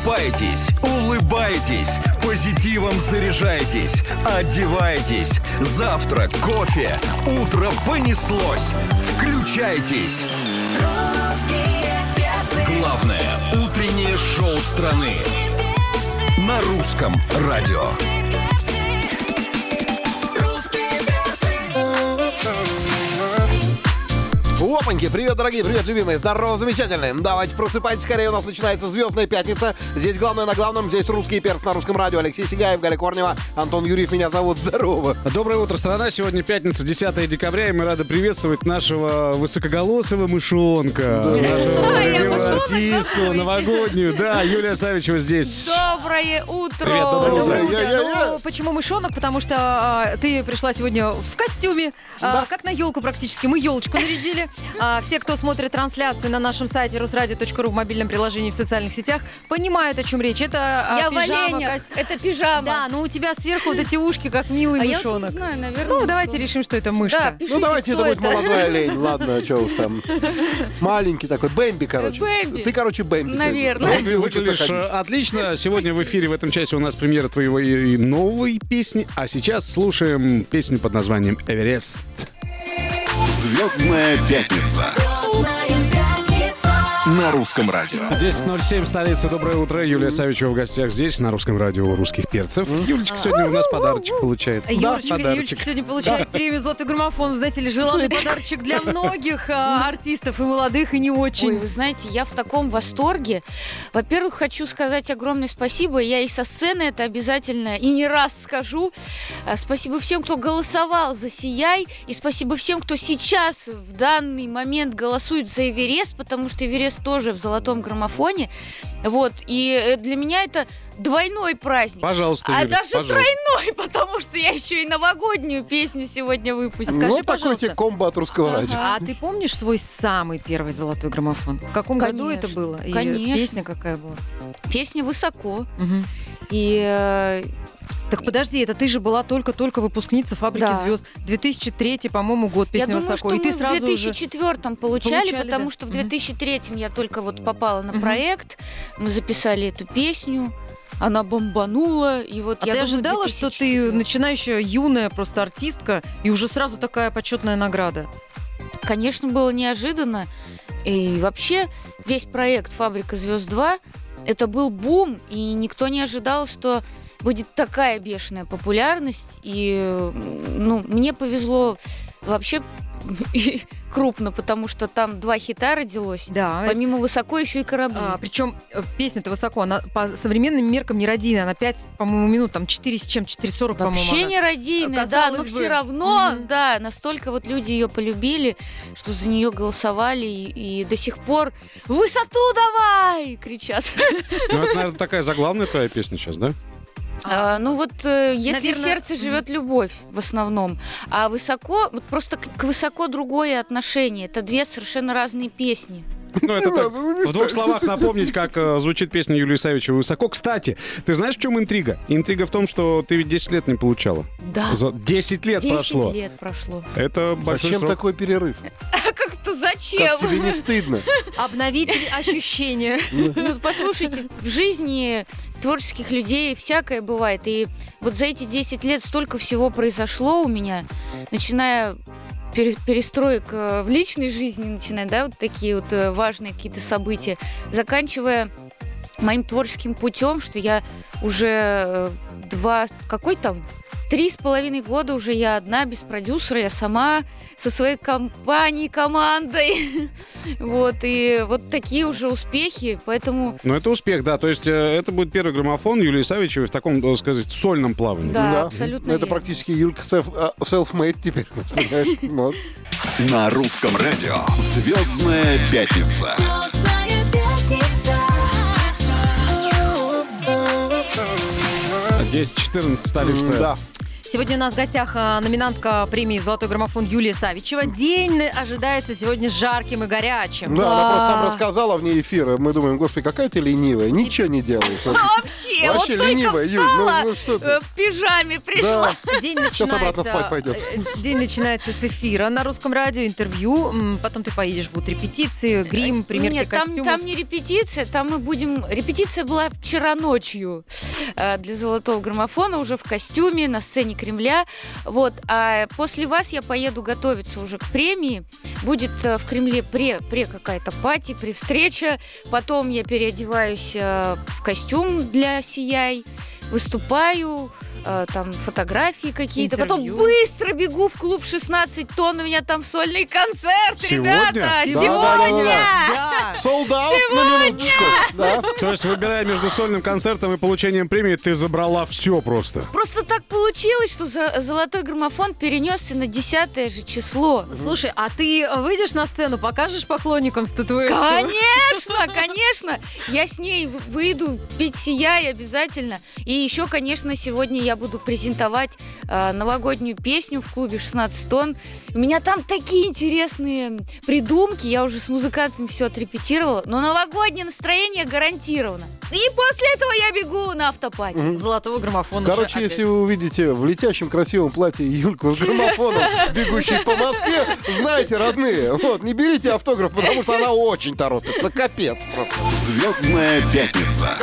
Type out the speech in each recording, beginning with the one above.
Просыпайтесь, улыбайтесь, позитивом заряжайтесь, одевайтесь. Завтрак, кофе, утро понеслось. Включайтесь. Главное утреннее шоу страны на русском радио. Опаньки, привет, дорогие, привет, любимые, здорово, замечательные. Давайте просыпайтесь скорее, у нас начинается «Звездная пятница». Здесь главное на главном, здесь «Русский перц» на русском радио. Алексей Сигаев, Галя Корнева, Антон Юрьев, меня зовут. Здорово. Доброе утро, страна. Сегодня пятница, 10 декабря, и мы рады приветствовать нашего высокоголосого мышонка, нашего любимого артистку новогоднюю. Да, Юлия Савичева здесь. Доброе утро! Привет, доброе утро. Ну, почему мышонок? Потому что ты пришла сегодня в костюме, как на елку практически. Мы елочку нарядили. Все, кто смотрит трансляцию на нашем сайте rusradio.ru в мобильном приложении в социальных сетях, понимают, о чем речь. Это я пижама. Это пижама. Да, но у тебя сверху вот эти ушки, как милый мышонок. Я не знаю, наверное. Ну, давайте решим, что это мышка. Да, пишите, Ну, давайте, это кто будет молодая лень. Ладно, что уж там. Маленький такой, Бэмби, короче. Бэмби. Ты, короче, Бэмби. Наверное. Бэмби учится Выглядишь ходить. отлично. Сегодня в эфире в этом часе у нас премьера твоего и новой песни. А сейчас слушаем песню под названием «Эверест». Звездная пятница на русском радио. 10:07, столица. Доброе утро. Юлия Савичева в гостях здесь, на русском радио «Русских перцев». Юлечка сегодня у нас подарочек получает. Юлечка сегодня получает премию «Золотой граммофон». Вы знаете ли, желанный подарочек для многих артистов, и молодых, и не очень. Ой, вы знаете, я в таком восторге. Во-первых, хочу сказать огромное спасибо. Я и со сцены это обязательно и не раз скажу. Спасибо всем, кто голосовал за «Сияй». И спасибо всем, кто сейчас в данный момент голосует за «Эверест», потому что «Эверест» тоже в золотом граммофоне. Вот. И для меня это двойной праздник. Пожалуйста, А Юля, даже пожалуйста. тройной, потому что я еще и новогоднюю песню сегодня выпустила. Скажи, Ну, такой пожалуйста. тебе комбо от русского радио. А ты помнишь свой самый первый золотой граммофон? В каком году это Конечно, было? И конечно. песня какая была? Песня «Высоко». Мгм. И Так подожди, это ты же была только-только выпускница «Фабрики Да. звезд». 2003, по-моему, год, я песня думаю, «Высоко». что И ты мы в сразу уже... 2004-м получали, потому да. что в Мгм. 2003-м я только вот попала на Мгм. проект, мы записали эту песню, она бомбанула, и вот А я ты думаю, ожидала, что ты 2004-м. начинающая юная просто артистка, и уже сразу такая почетная награда? Конечно, было неожиданно. И вообще весь проект «Фабрика звезд 2» это был бум, и никто не ожидал, что будет такая бешеная популярность. И мне повезло вообще крупно, потому что там 2 хита родилось. Да. Помимо «Высоко» еще и «Корабли». Причем песня-то «Высоко», она по современным меркам не радийная, она 5, по-моему, минут, там 4 с чем, 4:40, по-моему. Вообще она. не радийная, да, Казалось но бы. все равно, Мгм. да, настолько вот люди ее полюбили, что за нее голосовали и до сих пор «В высоту давай!» кричат. Ну, это, наверное, такая заглавная твоя песня сейчас, да? Если Наверно, в сердце живет любовь в основном, а «Высоко», вот просто к «Высоко» другое отношение, это 2 совершенно разные песни. Ну, это так, Ну, не в 2 стоит. словах напомнить, как звучит песня Юлии Савичевой «Высоко». Кстати, ты знаешь, в чем интрига? Интрига в том, что ты ведь 10 лет не получала. Да, За 10 лет 10 прошло. лет прошло. Это большой Зачем срок. такой перерыв? А как-то зачем? Как тебе не стыдно? Обновить ощущения. Ну, послушайте, в жизни творческих людей всякое бывает. И вот за эти 10 лет столько всего произошло у меня, начиная перестроек в личной жизни, начиная, да, вот такие вот важные какие-то события, заканчивая моим творческим путем, что я уже 3,5 года уже я одна, без продюсера, я сама со своей компанией, командой. Вот, и вот такие уже успехи, поэтому... Ну, это успех, да. То есть это будет первый граммофон Юлии Савичевой в таком, так сказать, сольном плавании. Да, абсолютно Это верно. практически Юлька self-made теперь, понимаешь? Вот. На русском радио «Звездная пятница». 10:14, столица. Да. Сегодня у нас в гостях номинантка премии «Золотой граммофон» Юлия Савичева. День ожидается сегодня жарким и горячим. Да, она просто нам рассказала вне эфира. Мы думаем, господи, какая ты ленивая, ничего не делаешь. Вообще, вот только ленивая, Юль, ну что ты? в пижаме пришла. День Сейчас обратно спать пойдет. День начинается с эфира на Русском радио, интервью. Потом ты поедешь, будут репетиции, грим, примерки Нет, костюмов. там не репетиция, там мы будем... Репетиция была вчера ночью для «Золотого граммофона», уже в костюме, на сцене Кремля. Вот. А после вас я поеду готовиться уже к премии. Будет в Кремле какая-то пати, встреча. Потом я переодеваюсь в костюм для «Сияй», выступаю, там фотографии какие-то. Интервью. Потом быстро бегу в клуб 16 тонн. У меня там сольный концерт, Сегодня? ребята! Да, Сегодня! Да. Sold out на минуточку. Да. То есть, выбирая между сольным концертом и получением премии, ты забрала все просто. Просто так получилось, что «Золотой граммофон» перенесся на 10 же число. Слушай, а ты выйдешь на сцену, покажешь поклонникам статуэтку? Конечно, конечно. Я с ней выйду петь «Сияй» обязательно. И еще, конечно, сегодня я буду презентовать новогоднюю песню в клубе 16 тонн. У меня там такие интересные придумки. Я уже с музыкантами все отрепетировала. Но новогоднее настроение гарантировано. И после этого я бегу на автопати. Золотого граммофона. Короче, уже если вы увидите в летящем красивом платье Юльку с граммофоном, бегущей по Москве, знаете, родные, вот, не берите автограф, потому что она очень торопится. Капец просто. Звездная пятница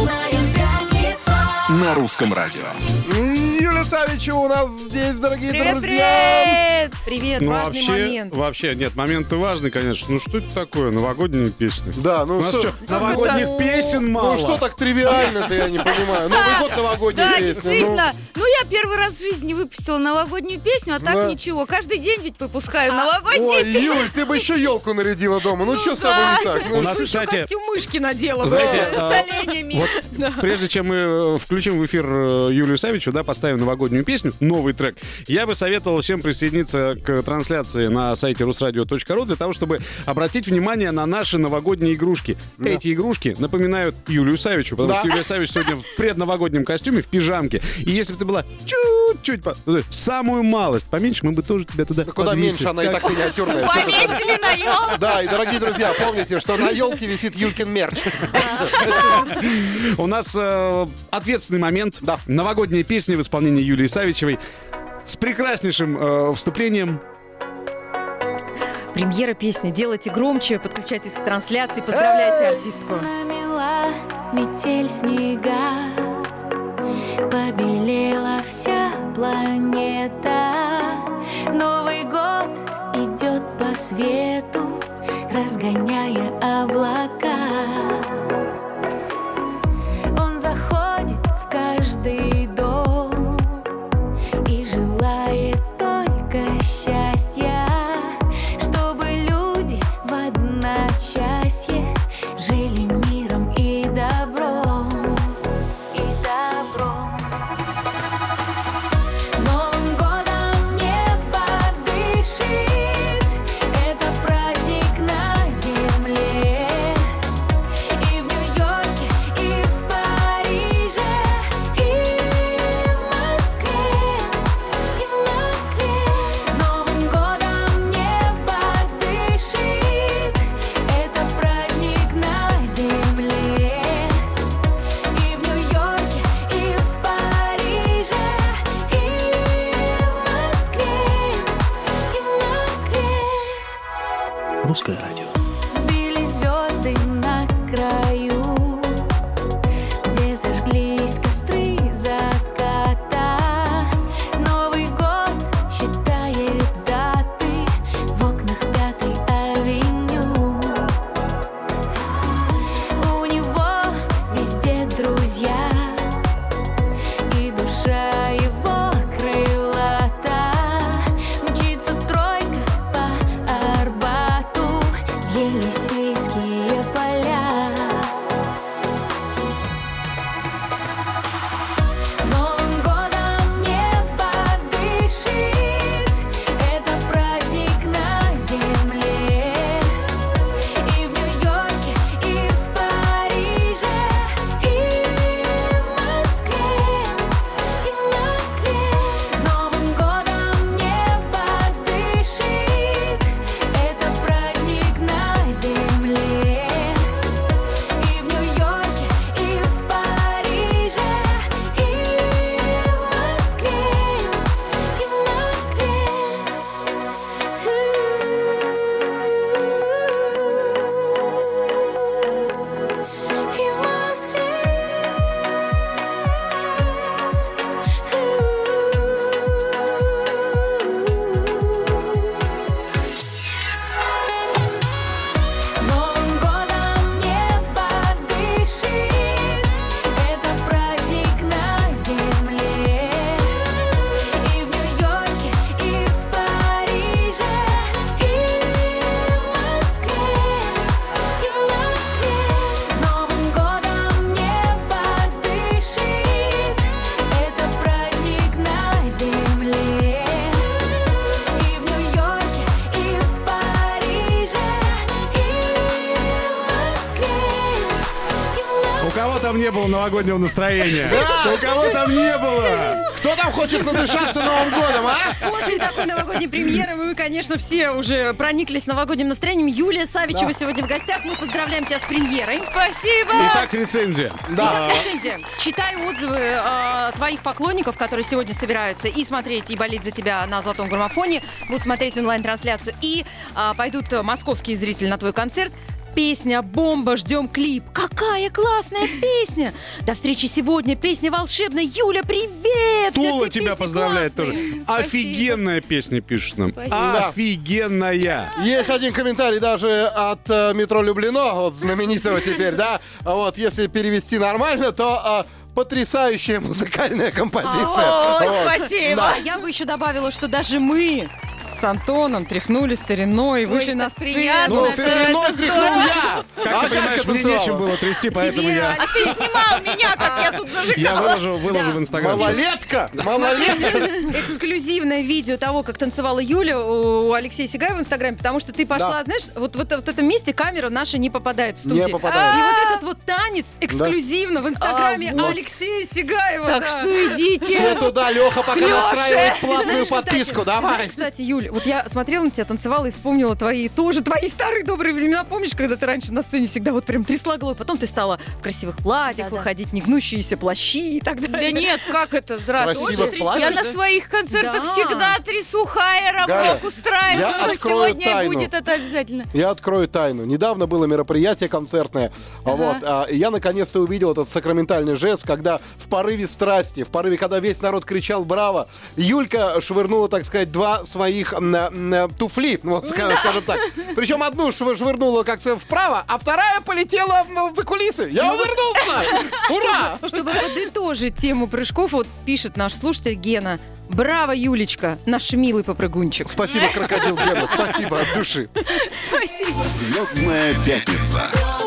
на Русском радио. Юлия Савичева у нас здесь, дорогие Привет, друзья. привет! Привет, важный момент. Вообще, нет, момент-то важный, конечно. Ну что это такое? Новогодние песни. Да, ну У нас что, что, новогодних это? песен мало? ну что так тривиально-то, я не понимаю. Новый год, новогодняя Да, песня. действительно. Ну, я первый раз в жизни выпустила новогоднюю песню, а так Да. ничего. Каждый день ведь выпускаю Ну, новогоднюю ой, песню. Юль, ты бы еще елку нарядила дома. Ну что с тобой не так? Ну, У нас, Ты еще кстати, костюм мышки надела. знаете, С оленями. вот прежде чем мы включим в эфир Юлию Савичеву, да, поставим новогоднюю песню, новый трек, я бы советовал всем присоединиться к трансляции на сайте rusradio.ru для того, чтобы обратить внимание на наши новогодние игрушки. Да. Эти игрушки напоминают Юлию Савичеву, потому Да. что Юлия Савич сегодня в предновогоднем костюме, в пижамке. И если бы ты была чуть-чуть, самую малость поменьше, мы бы тоже тебя туда Да куда подвесили. меньше, она и так миниатюрная. Чё ты там? Повесили на елку. Да, и, дорогие друзья, помните, что на елке висит Юлькин мерч. У нас ответственный момент. Да. Новогодняя песня в исполнении Юлии Савичевой с прекраснейшим вступлением. Премьера песни. Делайте громче, подключайтесь к трансляции, поздравляйте артистку. Намела метель снега, побелела вся планета. Новый год идет по свету, разгоняя облака. Он заходит в каждый дом и желает только счастья, чтобы люди в одночасье жили миром и добром. Новым годом небо дышит, это праздник на земле. И в Нью-Йорке, и в Париже, и в Москве, и в Москве. Новым годом небо дышит, это праздник на земле. И в Нью-Йорке, и в Париже, и в Москве, и в Москве. Русское радио. Сбили звезды на краю, где зажглись костры заката. Новый год считает даты в окнах Пятой авеню. У него везде друзья, и душа его крылата. Мчится тройка по Арбату, Елисейские поля. Новым годом небо дышит, это праздник на земле. И в Нью-Йорке, и в Париже, и в Москве, и в Москве. кого там не было новогоднего настроения? У кого там не было? Кто там хочет надышаться Новым годом, а? После такой новогодней премьеры мы, конечно, все уже прониклись новогодним настроением. Юлия Савичева сегодня в гостях. Мы поздравляем тебя с премьерой. Спасибо! Итак, рецензия. Да. Рецензия. Читаю отзывы твоих поклонников, которые сегодня собираются и смотреть, и болеть за тебя на Золотом граммофоне. Будут смотреть онлайн-трансляцию. И пойдут московские зрители на твой концерт. Песня «Бомба», ждем клип. Какая классная песня! До встречи сегодня. Песня волшебная. Юля, привет! Тула Все тебя песни поздравляет классные. тоже. Офигенная песня, пишут нам. Спасибо. Офигенная. Есть один комментарий даже от метро Люблино, вот знаменитого теперь, да? Вот если перевести нормально, то потрясающая музыкальная композиция. Ой, Вот. спасибо! Да. А я бы еще добавила, что даже мы с Антоном тряхнули стариной, вышли Ой, на так сцену. приятно. Ну, это стариной тряхнул я! Как ты понимаешь, мне танцевала? нечем было трясти, поэтому я А ты снимал меня, как я тут зажигала. выложу в Инстаграм. Малолетка! Малолетка! Эксклюзивное видео того, как танцевала Юля у Алексея Сигаева в Инстаграме, потому что ты пошла, Да. знаешь, вот в этом месте камера наша не попадает в студии. Не попадает. И вот этот вот танец эксклюзивно в Инстаграме вот. Алексея Сигаева. Так да. что идите. Все туда, Леха пока Лёша! настраивает платную Знаешь, подписку. Давай! Знаешь, кстати, Юля, вот я смотрела на тебя, танцевала и вспомнила твои старые добрые времена. Помнишь, когда ты раньше на сцене всегда вот прям трясла головой, потом ты стала в красивых платьях Да-да. выходить, негнущиеся плащи и так далее. Да нет, как это? Здравствуй. Красиво Тоже платье, Я на да? своих концертах Да. всегда трясу хайером, Галя, рок устраиваю. я Но открою сегодня тайну. будет это обязательно. Я открою тайну. Недавно было мероприятие концертное. Вот, и я наконец-то увидел этот сакраментальный жест, когда в порыве страсти, когда весь народ кричал «Браво!», Юлька швырнула, так сказать, два своих туфли, вот, скажем так. Причем одну швырнула как-то вправо, а вторая полетела за кулисы. Я увернулся! Ура! Чтобы подытожить тему прыжков, вот пишет наш слушатель Гена. Браво, Юлечка, наш милый попрыгунчик. Спасибо, крокодил Гена, спасибо от души. Спасибо. Звездная пятница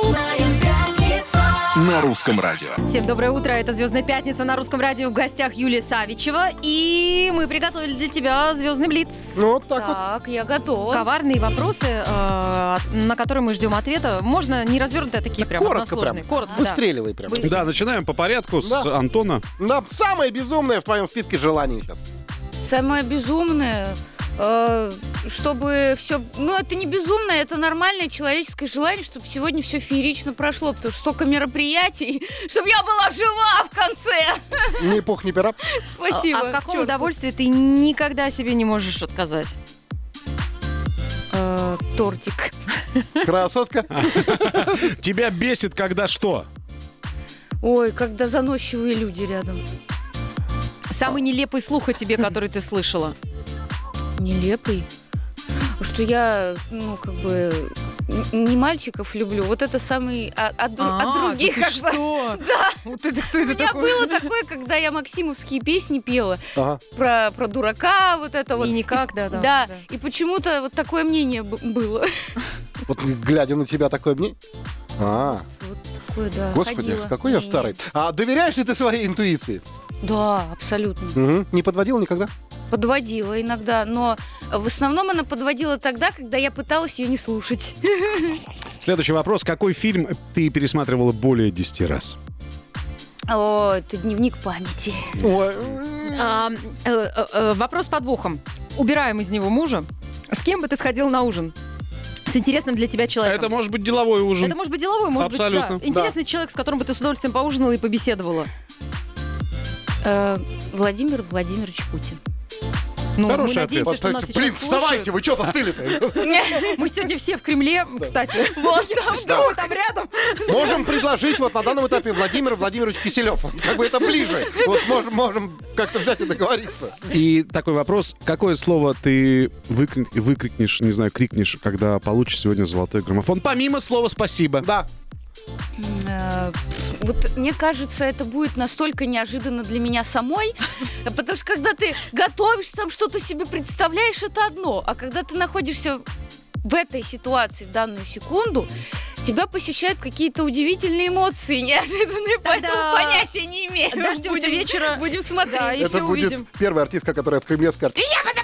на русском радио. Всем доброе утро, это «Звездная пятница» на Русском радио. В гостях Юлия Савичева. И мы приготовили для тебя «Звездный блиц». Ну, вот так вот. Так, я готова. Коварные вопросы, на которые мы ждем ответа. Можно не развернутые, а такие прям Коротко односложные. прям. Коротко, да. Выстреливай прям. Да, начинаем по порядку с Да. Антона. Да, самое безумное в твоем списке желаний сейчас. Самое безумное, чтобы все... Ну, это не безумное, это нормальное человеческое желание, чтобы сегодня все феерично прошло, потому что столько мероприятий, чтобы я была жива в конце. Ни пух, ни пера. Спасибо. А в каком Чёрт. удовольствии ты никогда себе не можешь отказать? Тортик. Красотка. Тебя бесит, когда что? Ой, когда заносчивые люди рядом. Самый нелепый слух о тебе, который ты слышала. Нелепый. Что я, ну, как бы, не мальчиков люблю. Вот это самый... От других да как ты бы. что? Да. Вот это кто это У меня такой? было такое, когда я максимовские песни пела Ага. про дурака, вот это вот. И никак, да. Да, и почему-то вот такое мнение было. Вот глядя на тебя такое мне. Вот такое, да. Господи, ходило какой я мнение. старый. А доверяешь ли ты своей интуиции? Да, абсолютно. Угу. Не подводил никогда? Подводила иногда, но в основном она подводила тогда, когда я пыталась ее не слушать. Следующий вопрос. Какой фильм ты пересматривала более 10 раз? О, это дневник памяти. Ой. Вопрос с подвохом. Убираем из него мужа. С кем бы ты сходил на ужин? С интересным для тебя человеком. Это может быть деловой ужин. Это может быть деловой, может Абсолютно. быть, да. Интересный человек, с которым бы ты с удовольствием поужинала и побеседовала. Владимир Владимирович Путин. Ну, мы Хороший надеемся, ответ. что нас сейчас Блин, вставайте, слушают. вы что застыли-то? Мы сегодня все в Кремле, кстати. Вот, Что там рядом? Можем предложить вот на данном этапе Владимир Владимирович Киселев. Как бы это ближе. Вот можем как-то взять и договориться. И такой вопрос. Какое слово ты выкрикнешь, не знаю, крикнешь, когда получишь сегодня золотой граммофон? Помимо слова «спасибо». Да. Вот мне кажется, это будет настолько неожиданно для меня самой, потому что когда ты готовишься, там что-то себе представляешь, это одно, а когда ты находишься в этой ситуации в данную секунду, тебя посещают какие-то удивительные эмоции, неожиданные, поэтому Да-да. понятия не имею. Дождемся вечера. Будем смотреть. Да, и Это все будет увидим. первая артистка, которая в Кремле скажет: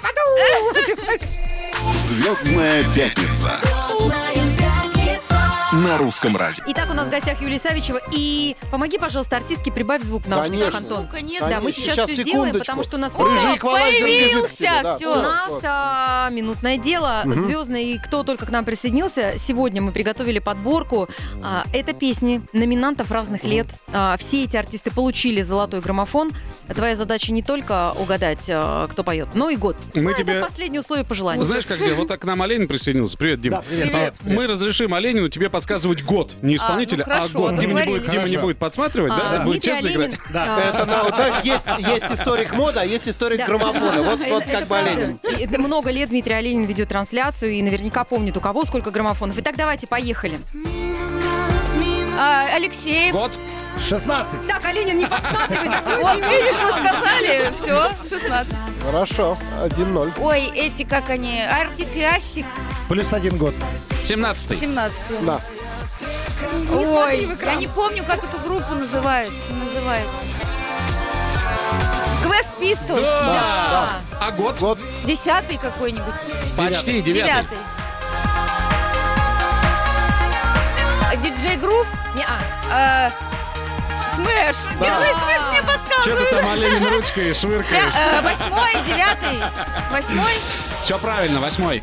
Звездная пятница На русском радио. Итак, у нас в гостях Юлия Савичева. И помоги, пожалуйста, артистке, прибавь звук в наушниках, Конечно. Антон. Звука нет. Да, мы Конечно. сейчас все сделаем, секундочку. потому что у нас Рыжий эквалайзер бежит к появился, тебе, да. всё. У нас минутное дело, звездное, и кто только к нам присоединился. Сегодня мы приготовили подборку. Это песни номинантов разных лет. Все эти артисты получили золотой граммофон. Твоя задача не только угадать, кто поет, но и год. Мы Это тебе- последнее условие по желанию. Знаешь, как делать? Вот так к нам Оленин присоединился. Привет, Дима. Да, привет. Привет. Мы разрешим Оленину тебе подсказывать год. Не исполнителя, ну хорошо, а год. Дима не договорились. будет, Дима не будет подсматривать, да? Будет Дмитрий честно Оленин. играть. Это, вот, знаешь, есть историк мода, а есть историк Да. граммофона. Вот Это как бы правда. Оленин. И это много лет Дмитрий Оленин ведет трансляцию и наверняка помнит, у кого сколько граммофонов. Итак, давайте, поехали. Алексеев. Год. 16. Так, Оленин, не подсматривай, закрой. Вот, видишь, вы сказали, все, 16. Хорошо, 1-0. Ой, эти, как они, Артик и Астик, Плюс 1 год. 17-й. 17. Да. Ой, я не помню, как эту группу называется. Квест Pistols. Да. А год? Год. 10-й какой-нибудь. Почти 9-й. 9-й. Диджей Грув. Не-а. Смэш. Диджей Смэш мне Что ты подсказывает. там, Оленин, ручкой швыркаешь? 8-й, 9-й. 8-й. Все правильно, 8-й.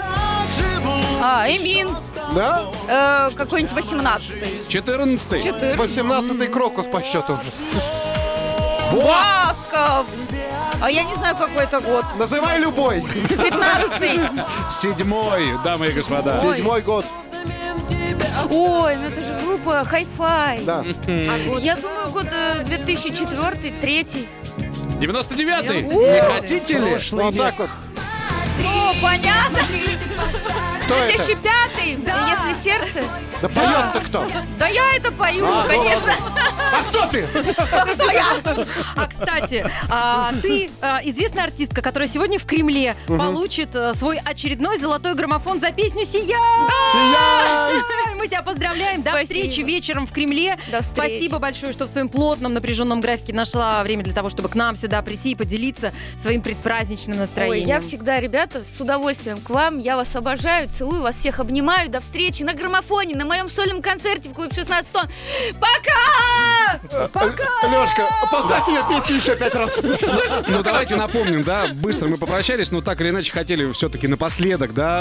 Эмин. Да? Какой-нибудь 18-й. 14-й. 14. 18-й крокус по счету уже. Басков. А я не знаю, какой это год. Называй любой. 15-й. 7-й, дамы и господа. 7-й год. Ой, ну это же группа Hi-Fi. Да. Я думаю, год 2004, 3. 99-й. О! Не хотите ли? Вот так вот. О, понятно. Кто это? 2005, если в сердце. Да поет-то кто? Да я это пою, А, ну конечно. А кто ты? Кто я? А, кстати, ты известная артистка, которая сегодня в Кремле получит свой очередной золотой граммофон за песню «Сияй». Сияй! Мы тебя поздравляем. До Спасибо. встречи вечером в Кремле. До встречи. Спасибо большое, что в своем плотном, напряженном графике нашла время для того, чтобы к нам сюда прийти и поделиться своим предпраздничным Ой, настроением. я всегда, ребята, с удовольствием к вам. Я вас обожаю, целую вас всех, обнимаю. До встречи на граммофоне, на моем сольном концерте в клубе 16 тонн. Пока! Лешка, поставь ее песню еще 5 раз. Ну, давайте напомним, да, быстро мы попрощались, но так или иначе хотели все-таки напоследок, да,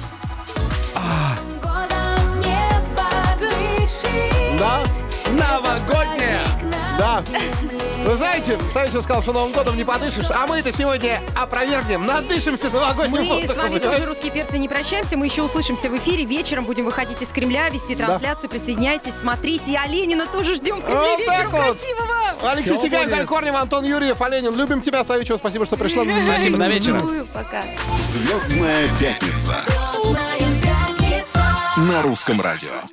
Годом небо дышит. Да? новогодняя. Да. Вы знаете, Савичев сказал, что Новым годом не подышишь, а мы это сегодня опровергнем, надышимся новогодним Мы с воздухом, вами понимаете? тоже, русские перцы, не прощаемся. Мы еще услышимся в эфире. Вечером будем выходить из Кремля, вести трансляцию. Присоединяйтесь, смотрите. И Оленина тоже ждем в Кремле Вот вечером. так вот. Красивого! Алексей Всего Сигаев, будет. Галь Корнева, Антон Юрьев, Оленин. Любим тебя, Савичев. Спасибо, что пришла. Спасибо, до вечера. Целую, пока. Звездная пятница. Звездная пятница. На русском радио.